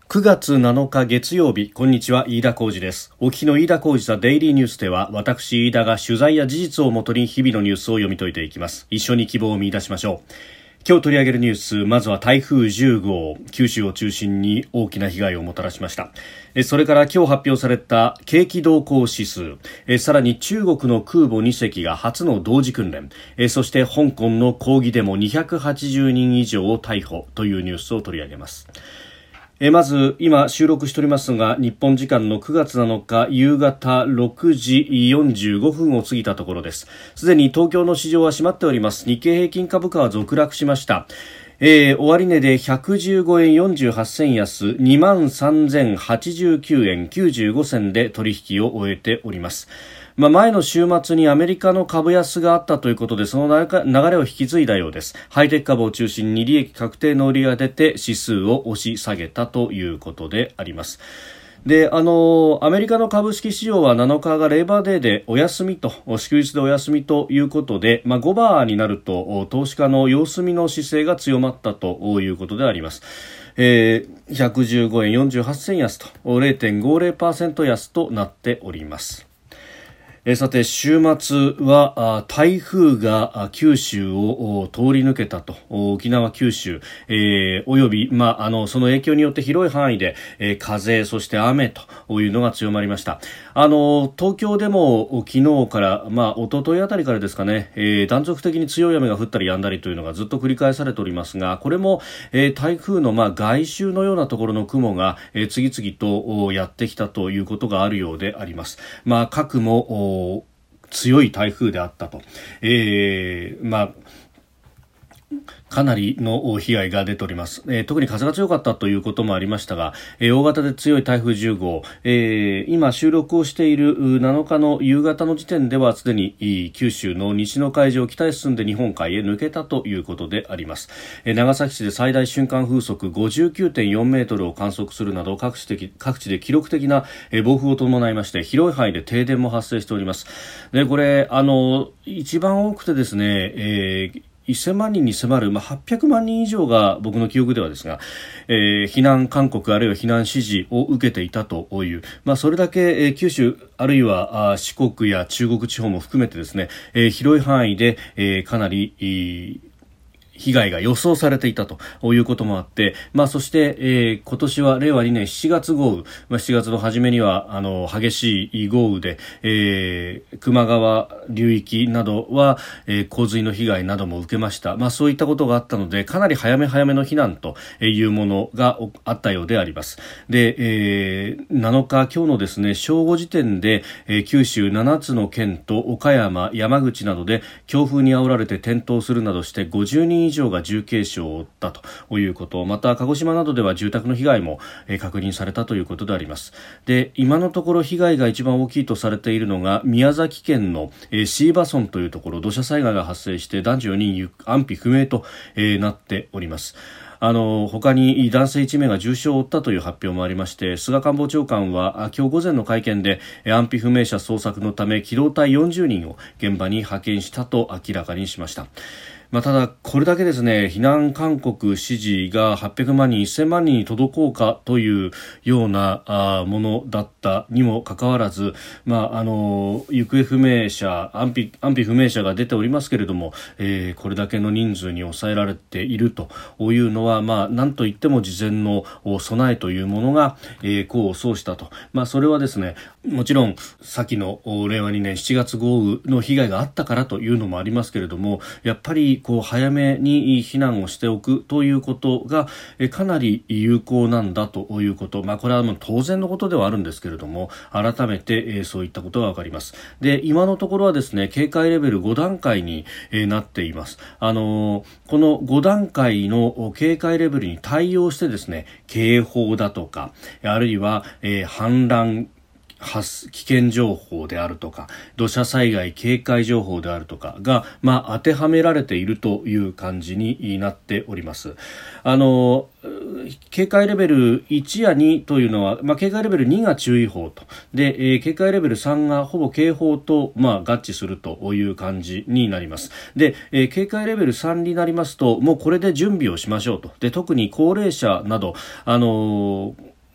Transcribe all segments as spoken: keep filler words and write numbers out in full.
くがつなのか月曜日、こんにちは、飯田浩司です。お聞きの飯田浩司ザデイリーニュースでは、私飯田が取材や事実をもとに日々のニュースを読み解いていきます。一緒に希望を見出しましょう。今日取り上げるニュース、まずは台風じゅうごう、九州を中心に大きな被害をもたらしました。それから今日発表された景気動向指数、さらに中国の空母にせきが初の同時訓練、そして香港の抗議デモにひゃくはちじゅうにん以上を逮捕というニュースを取り上げます。えまず今収録しておりますのが日本時間のくがつなのか夕方ろくじよんじゅうごふんを過ぎたところです。すでに東京の市場は閉まっております。日経平均株価は続落しました。えー、終値でひゃくじゅうごえんよんじゅうはちせん安 にまんさんぜんはちじゅうきゅうえんきゅうじゅうごせんで取引を終えております。まあ、前の週末にアメリカの株安があったということでその流れを引き継いだようです。ハイテク株を中心に利益確定の売りが出て指数を押し下げたということであります。で、あのアメリカの株式市場はなのかがレーバーデーでお休みと祝日でお休みということで、まあ、ごばになると投資家の様子見の姿勢が強まったということであります。えー、ひゃくじゅうごえんよんじゅうはちせん安と れいてんごぜろパーセント 安となっております。えー、さて週末は台風が九州を通り抜けたと沖縄九州、えー、および、まあ、あのその影響によって広い範囲で、えー、風そして雨というのが強まりました。あの東京でも昨日から、まあ、一昨日あたりからですかね、えー、断続的に強い雨が降ったり止んだりというのがずっと繰り返されておりますが、これも、えー、台風の、まあ、外周のようなところの雲が、えー、次々とやってきたということがあるようであります。まあ、各も強い台風であったと、えー、まあかなりの被害が出ております。えー、特に風が強かったということもありましたが、えー、大型で強い台風じゅうごう、えー、今収録をしているなのかの夕方の時点ではすでに九州の西の海上を北へ進んで日本海へ抜けたということであります。えー、長崎市で最大瞬間風速 ごじゅうきゅうてんよんメートルを観測するなど各地的、各地で記録的な暴風を伴いまして広い範囲で停電も発生しております。で、これあの一番多くてですね、えーせんまんにんに迫る、まあ、はっぴゃくまんにん以上が僕の記憶ではですが、えー、避難勧告あるいは避難指示を受けていたという、まあ、それだけ、えー、九州あるいはあ四国や中国地方も含めてですね、えー、広い範囲で、えー、かなりいい被害が予想されていたということもあって、まあ、そして、えー、今年はれいわにねんしちがつ豪雨、まあ、しちがつの初めにはあの激しい豪雨で、えー、球磨川流域などは、えー、洪水の被害なども受けました。まあ、そういったことがあったのでかなり早め早めの避難というものがあったようであります。で、えー、なのか今日のですね正午時点で、えー、九州ななつの県と岡山山口などで強風に煽られて転倒するなどしてごじゅうにん以上が重軽傷を負ったということ、また鹿児島などでは住宅の被害も、えー、確認されたということであります。で、今のところ被害が一番大きいとされているのが宮崎県の、えー、椎葉村というところ、土砂災害が発生して男女よにん安否不明と、えー、なっております。あの他に男性いちめいが重傷を負ったという発表もありまして、菅官房長官は今日午前の会見で安否不明者捜索のため機動隊よんじゅうにんを現場に派遣したと明らかにしました。まあ、ただこれだけですね避難勧告指示がはっぴゃくまんにんせんまんにんに届こうかというようなあものだったにもかかわらず、まあ、あの行方不明者安否、安否不明者が出ておりますけれども、えー、これだけの人数に抑えられているというのは、まあ、なんといっても事前の備えというものが、えー、功を奏したと、まあ、それはですねもちろん先のれいわにねんしちがつ豪雨の被害があったからというのもありますけれども、やっぱりこう早めに避難をしておくということがかなり有効なんだということ、まあ、これはもう当然のことではあるんですけれども、改めてそういったことが分かります。で、今のところはですね警戒レベルごだんかいになっています。あのこのごだんかいの警戒レベルに対応してですね警報だとかあるいは、えー、氾濫発危険情報であるとか土砂災害警戒情報であるとかが、まあ、当てはめられているという感じになっております。あの警戒レベルいちやにというのは、まあ、警戒レベルにが注意報とで、えー、警戒レベルさんがほぼ警報と、まあ、合致するという感じになります。で、えー、警戒レベルさんになりますともうこれで準備をしましょうと。で、特に高齢者などあのー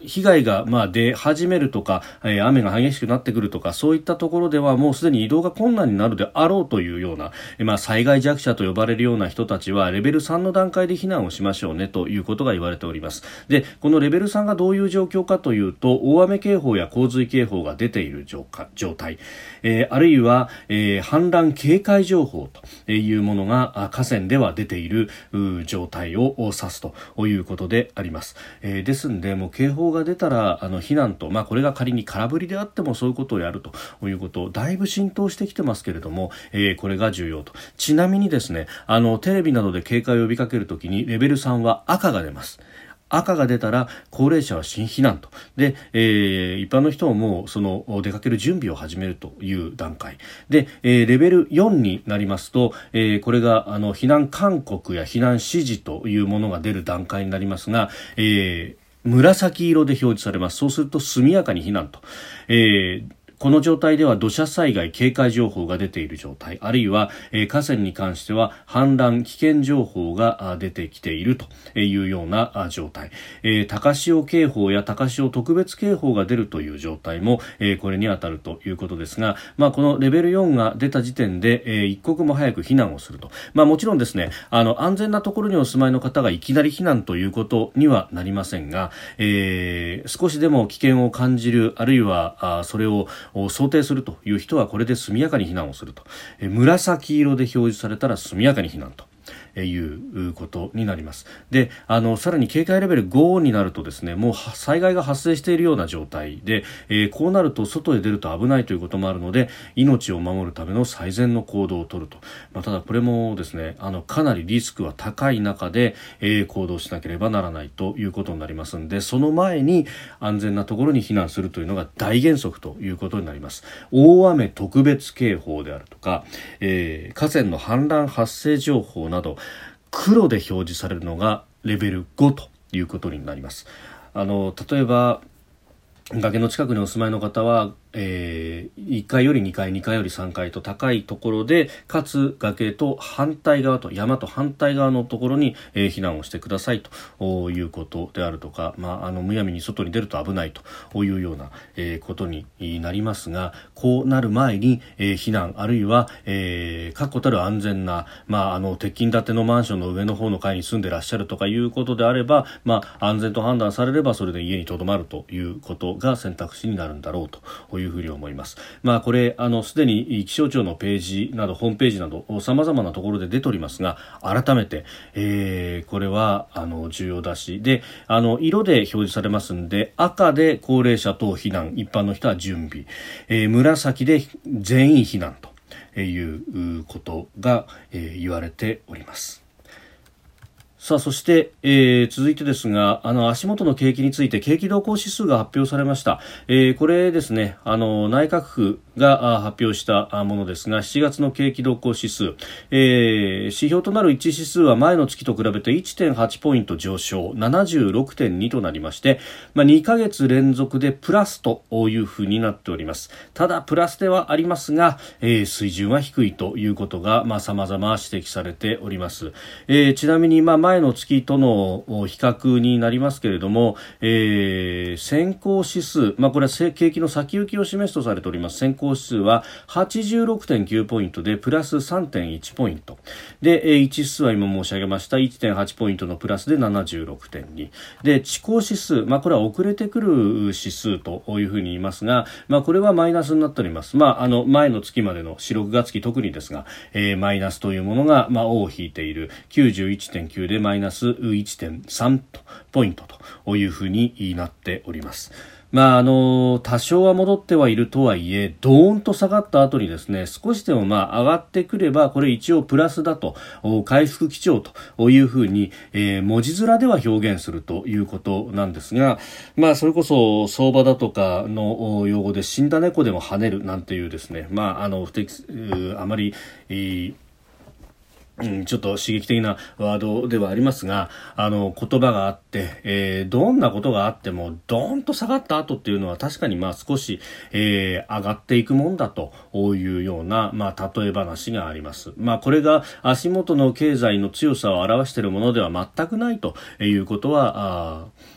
被害がまあ出始めるとか、えー、雨が激しくなってくるとか、そういったところではもうすでに移動が困難になるであろうというような、えー、まあ災害弱者と呼ばれるような人たちはレベルさんの段階で避難をしましょうねということが言われております。で、このレベルさんがどういう状況かというと、大雨警報や洪水警報が出ている状態、えー、あるいは、えー、氾濫警戒情報というものが河川では出ている状態を指すということであります。えー、ですのでもう警報が出たらあの避難と、まあ、これが仮に空振りであってもそういうことをやるということだいぶ浸透してきてますけれども、えー、これが重要と。ちなみにですね、あのテレビなどで警戒を呼びかけるときにレベルさんは赤が出ます。赤が出たら高齢者は新避難とで、えー、一般の人ももうその出かける準備を始めるという段階で、えー、レベルよんになりますと、えー、これがあの避難勧告や避難指示というものが出る段階になりますが、えー、紫色で表示されます。そうすると速やかに避難と、えーこの状態では土砂災害警戒情報が出ている状態、あるいは、えー、河川に関しては氾濫危険情報が出てきているというような状態、えー、高潮警報や高潮特別警報が出るという状態も、えー、これに当たるということですが、まあ、このレベルよんが出た時点で、えー、一刻も早く避難をすると、まあ、もちろんですね、あの安全なところにお住まいの方がいきなり避難ということにはなりませんが、えー、少しでも危険を感じる、あるいはあそれを想定するという人はこれで速やかに避難をすると、え紫色で表示されたら速やかに避難ということになります。で、あのさらに警戒レベルごになるとですね、もう災害が発生しているような状態で、えー、こうなると外へ出ると危ないということもあるので、命を守るための最善の行動を取ると、まあ、ただこれもですね、あのかなりリスクは高い中で、えー、行動しなければならないということになりますので、その前に安全なところに避難するというのが大原則ということになります。大雨特別警報であるとか、えー、河川の氾濫発生情報など黒で表示されるのがレベルごということになります。あの例えば崖の近くにお住まいの方は、えー、いっかいよりにかい、にかいよりさんかいと高いところで、かつ崖と反対側と山と反対側のところに、えー、避難をしてくださいということであるとか、まあ、あのむやみに外に出ると危ないというような、えー、ことになりますが、こうなる前に、えー、避難あるいは、えー、確固たる安全な、まあ、あの鉄筋建てのマンションの上の方の階に住んでらっしゃるとかいうことであれば、まあ、安全と判断されればそれで家に留まるということが選択肢になるんだろうというふうに思います。まあこれあのすでに気象庁のページなどホームページなどさまざまなところで出ておりますが、改めて、えー、これはあの重要だし、であの色で表示されますんで、赤で高齢者等避難、一般の人は準備、えー、紫で全員避難ということが、えー、言われております。さあそして、えー、続いてですが、あの足元の景気について景気動向指数が発表されました。えー、これですね、あの内閣府が発表したものですが、しちがつの景気動向指数、えー、指標となる一致指数は前の月と比べて いってんはち ポイント上昇、ななじゅうろくてんに となりまして、まあ、にかげつ連続でプラスというふうになっております。ただプラスではありますが、えー、水準は低いということが、まあ、様々指摘されております。えー、ちなみに、まあ、前の月との比較になりますけれども、えー、先行指数、まあ、これは景気の先行きを示すとされております。先行指数は はちじゅうろくてんきゅう ポイントでプラス さんてんいち ポイントで、一致指数は今申し上げました いってんはち ポイントのプラスで ななじゅうろくてんに で、遅行指数、まあ、これは遅れてくる指数というふうに言いますが、まあ、これはマイナスになっております。まあ、あの前の月までのし、ろくがつ期特にですが、えー、マイナスというものが、まあ、尾を引いている きゅうじゅういってんきゅう でマイナス いってんさん ポイントというふうになっております。まあ、あの多少は戻ってはいるとはいえ、ドーンと下がった後にですね、少しでもまあ上がってくればこれ一応プラスだと、回復基調というふうに、えー、文字面では表現するということなんですが、まあそれこそ相場だとかの用語で死んだ猫でも跳ねるなんていうですね、まああの不適あまり、えーうん、ちょっと刺激的なワードではありますが、あの言葉があって、えー、どんなことがあってもドーンと下がった後っていうのは確かにまあ少し、えー、上がっていくもんだというような、まあ、例え話があります。まあ、これが足元の経済の強さを表しているものでは全くないということはあ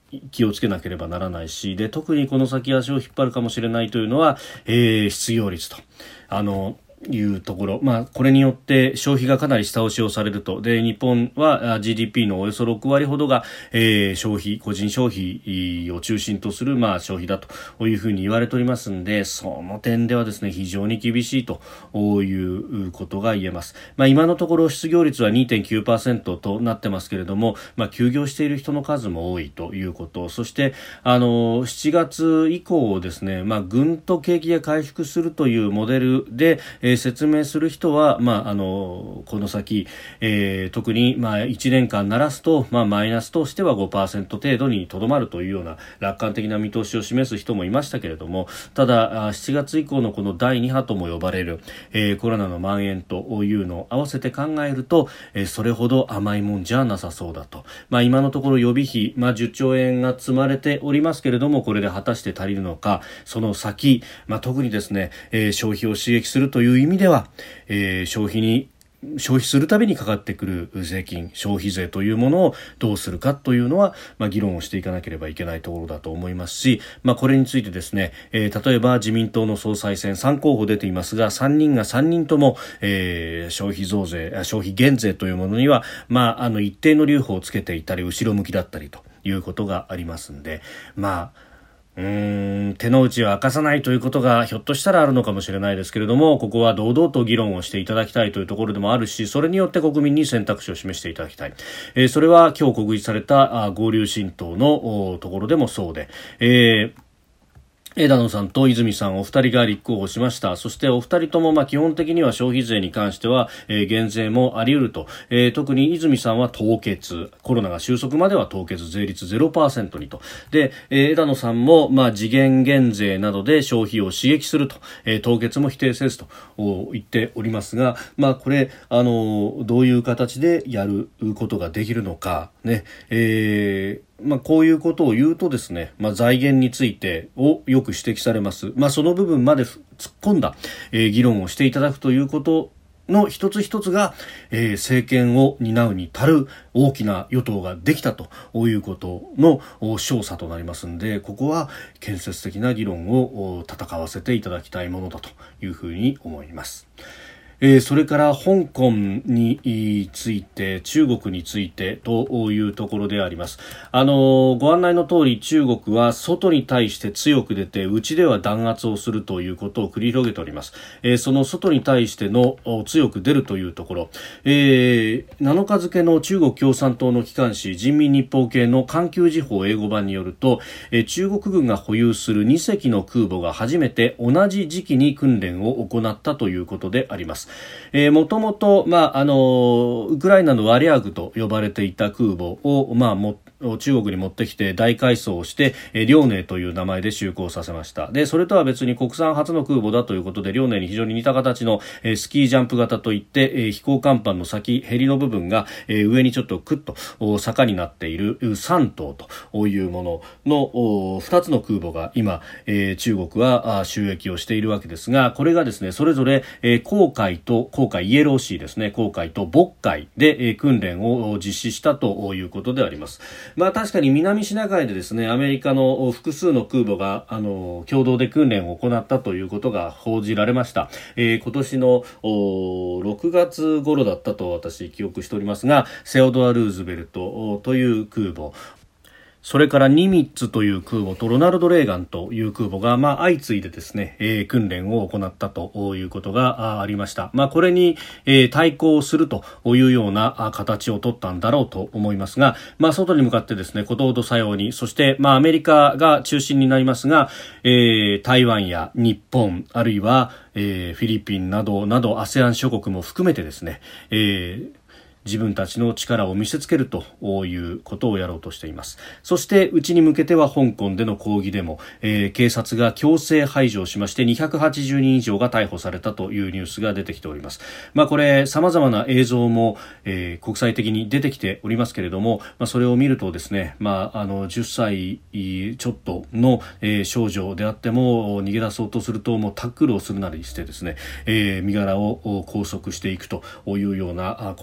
気をつけなければならないし、で特にこの先足を引っ張るかもしれないというのは、えー、失業率とあのいうところ、まあ、これによって消費がかなり下押しをされると。で、日本は ジーディーピー のおよそろくわりほどが、えー、消費、個人消費を中心とする、まあ、消費だというふうに言われておりますんで、その点ではですね、非常に厳しいということが言えます。まあ、今のところ失業率は にてんきゅうパーセント となってますけれども、まあ、休業している人の数も多いということ、そして、あの、しちがつ以降ですね、まあ、ぐんと景気が回復するというモデルで、えー、説明する人は、まあ、あのこの先、えー、特に、まあ、いちねんかんならすと、まあ、マイナスとしては ごパーセント 程度にとどまるというような楽観的な見通しを示す人もいましたけれども、ただしちがつ以降のこのだいに波とも呼ばれる、えー、コロナの蔓延というのを合わせて考えると、えー、それほど甘いもんじゃなさそうだと、まあ、今のところ予備費、まあ、じゅっちょうえんが積まれておりますけれども、これで果たして足りるのか、その先、まあ、特にですね、えー、消費を刺激するという意味では、えー、消費に消費するたびにかかってくる税金、消費税というものをどうするかというのは、まあ、議論をしていかなければいけないところだと思いますし、まあ、これについてですね、えー、例えば自民党の総裁選さんこうほ出ていますが、さんにんがさんにんとも、えー、消費増税、消費減税というものには、まあ、あの一定の留保をつけていたり後ろ向きだったりということがありますんで、まあうーん手の内を明かさないということがひょっとしたらあるのかもしれないですけれども、ここは堂々と議論をしていただきたいというところでもあるし、それによって国民に選択肢を示していただきたい、えー、それは今日告示されたあ合流新党のところでもそうで、えー枝野さんと泉さんお二人が立候補しました。そしてお二人ともまあ基本的には消費税に関しては、えー、減税もあり得ると、えー、特に泉さんは凍結、コロナが収束までは凍結、税率 ゼロパーセント にと。で、えー、枝野さんもまあ時限減税などで消費を刺激すると、えー、凍結も否定せずと言っておりますが、まあこれあのどういう形でやることができるのかね、えーまあ、こういうことを言うとですね、まあ、財源についてをよく指摘されます。まあ、その部分まで突っ込んだ、えー、議論をしていただくということの一つ一つが、えー、政権を担うに足る大きな与党ができたということの証左となりますので、ここは建設的な議論を戦わせていただきたいものだというふうに思います。えー、それから香港について中国についてというところであります。あのご案内の通り中国は外に対して強く出て内では弾圧をするということを繰り広げております。えー、その外に対しての強く出るというところ、えー、なのか付の中国共産党の機関紙人民日報系の環球時報英語版によると、えー、中国軍が保有するにせきの空母が初めて同じ時期に訓練を行ったということであります。えー、もともと、まあ、あのウクライナのワリャーグと呼ばれていた空母を、まあ、も中国に持ってきて大改装をして、えー、遼寧という名前で就航させました。で、それとは別に国産初の空母だということで、遼寧に非常に似た形の、えー、スキージャンプ型といって、えー、飛行甲板の先、ヘリの部分が、えー、上にちょっとクッと坂になっているさんとうというもののふたつの空母が今、えー、中国は収益をしているわけですが、これがですね、それぞれ、えー、黄海と黄海イエローシーですね、黄海と渤海で、えー、訓練を実施したということであります。まあ確かに南シナ海でですね、アメリカの複数の空母があの共同で訓練を行ったということが報じられました。えー、今年のろくがつ頃だったと私記憶しておりますが、セオドア・ルーズベルトという空母、それからニミッツという空母とロナルド・レーガンという空母が、まあ、相次いでですね、えー、訓練を行ったということがありました。まあ、これに、えー、対抗するというような形を取ったんだろうと思いますが、まあ、外に向かってですね、ことほどさように、そして、まあ、アメリカが中心になりますが、えー、台湾や日本、あるいは、えー、フィリピンなどなど アセアン 諸国も含めてですね、えー自分たちの力を見せつけるということをやろうとしています。そしてうちに向けては香港での抗議デモ、えー、警察が強制排除をしましてにひゃくはちじゅうにん以上が逮捕されたというニュースが出てきております。まあこれ様々な映像も、えー、国際的に出てきておりますけれども、まあ、それを見るとですね、まあ、あのじゅっさいちょっとの、えー、少女であっても逃げ出そうとするともうタックルをするなりしてですね、えー、身柄を拘束していくというようなことが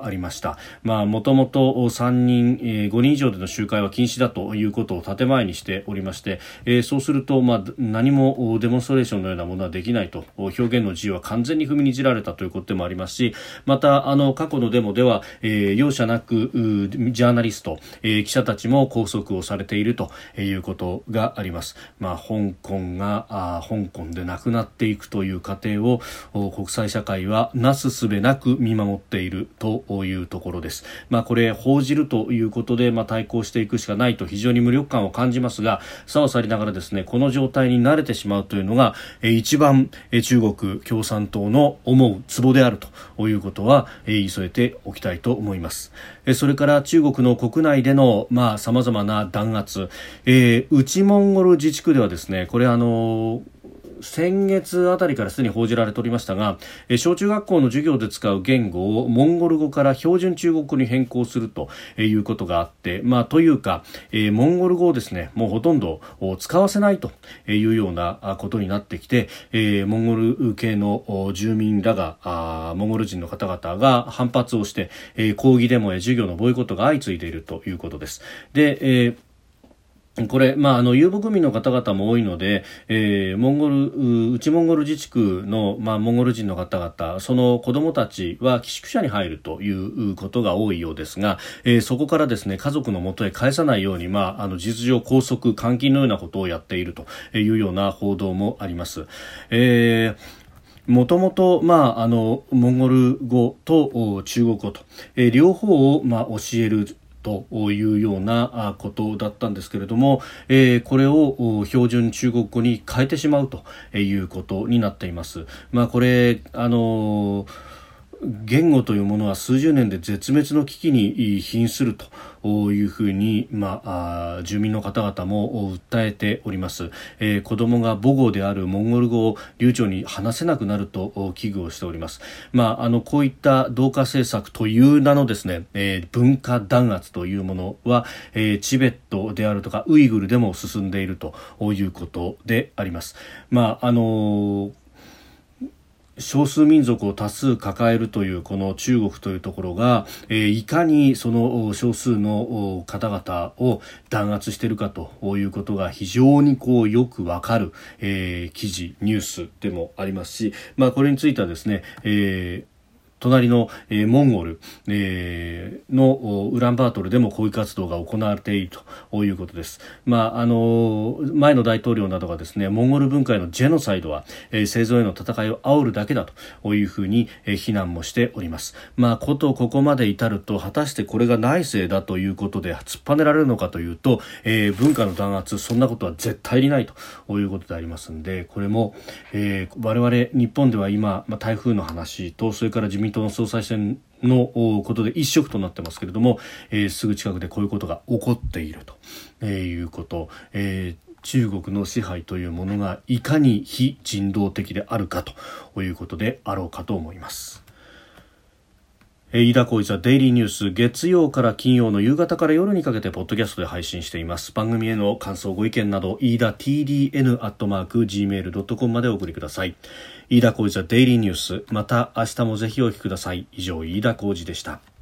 がありました。まあもともとさんにん、えー、ごにん以上での集会は禁止だということを建前にしておりまして、えー、そうすると、まあ、何もデモンストレーションのようなものはできないと、表現の自由は完全に踏みにじられたということでもありますし、またあの過去のデモでは、えー、容赦なくジャーナリスト、えー、記者たちも拘束をされているということがあります。まあ、香港があ香港でなくなっていくという過程を国際社会はなすすべなく見守っているというところです。まあ、これ報じるということで、まあ、対抗していくしかないと非常に無力感を感じますが、さを去りながらですね、この状態に慣れてしまうというのが一番中国共産党の思うツボであるということは言い添えておきたいと思います。それから中国の国内でのまあ様々な弾圧、えー、内モンゴル自治区ではですね、これあの先月あたりからすでに報じられておりましたが、小中学校の授業で使う言語をモンゴル語から標準中国語に変更するということがあって、まあというか、えー、モンゴル語をですね、もうほとんど使わせないというようなことになってきて、えー、モンゴル系の住民らが、あモンゴル人の方々が反発をして、えー、抗議デモや授業のボイコットが相次いでいるということです。で、えーこれ、まあ、あの、遊牧民の方々も多いので、えー、モンゴル、内モンゴル自治区の、まあ、モンゴル人の方々、その子供たちは寄宿舎に入るということが多いようですが、えー、そこからですね、家族の元へ返さないように、まあ、あの、事実上拘束、監禁のようなことをやっているというような報道もあります。えーもともと、まあ、あの、モンゴル語と中国語と、えー、両方を、まあ、教えるというようなことだったんですけれども、えー、これを標準中国語に変えてしまうということになっています。まあ、これ、あのー言語というものは数十年で絶滅の危機に瀕するというふうに、まあ、住民の方々も訴えております。えー、子供が母語であるモンゴル語を流暢に話せなくなると危惧をしております。まあ、あのこういった同化政策という名のですね、えー、文化弾圧というものは、えー、チベットであるとかウイグルでも進んでいるということであります。まああのー少数民族を多数抱えるというこの中国というところが、えー、いかにその少数の方々を弾圧しているかということが非常にこうよくわかる、えー、記事ニュースでもありますし、まあ、これについてはですね、えー隣の、えー、モンゴル、えー、のウランバートルでも抗議活動が行われているということです。まああの前の大統領などがですね、モンゴル文化へのジェノサイドは、えー、生存への戦いを煽るだけだというふうに、えー、非難もしております。まあことここまで至ると果たしてこれが内政だということで突っぱねられるのかというと、えー、文化の弾圧そんなことは絶対にないということでありますので、これも、えー、我々日本では今、まあ、台風の話とそれから自民党の総裁選のことで一色となってますけれども、えー、すぐ近くでこういうことが起こっていると、えー、いうこと、えー、中国の支配というものがいかに非人道的であるかということであろうかと思います。飯田浩司はデイリーニュース、月曜から金曜の夕方から夜にかけてポッドキャストで配信しています。番組への感想ご意見など飯田 ティーディーエヌ アットマーク ジーメール ドットコム までお送りください。飯田浩司はデイリーニュース、また明日もぜひお聞きください。以上、飯田浩司でした。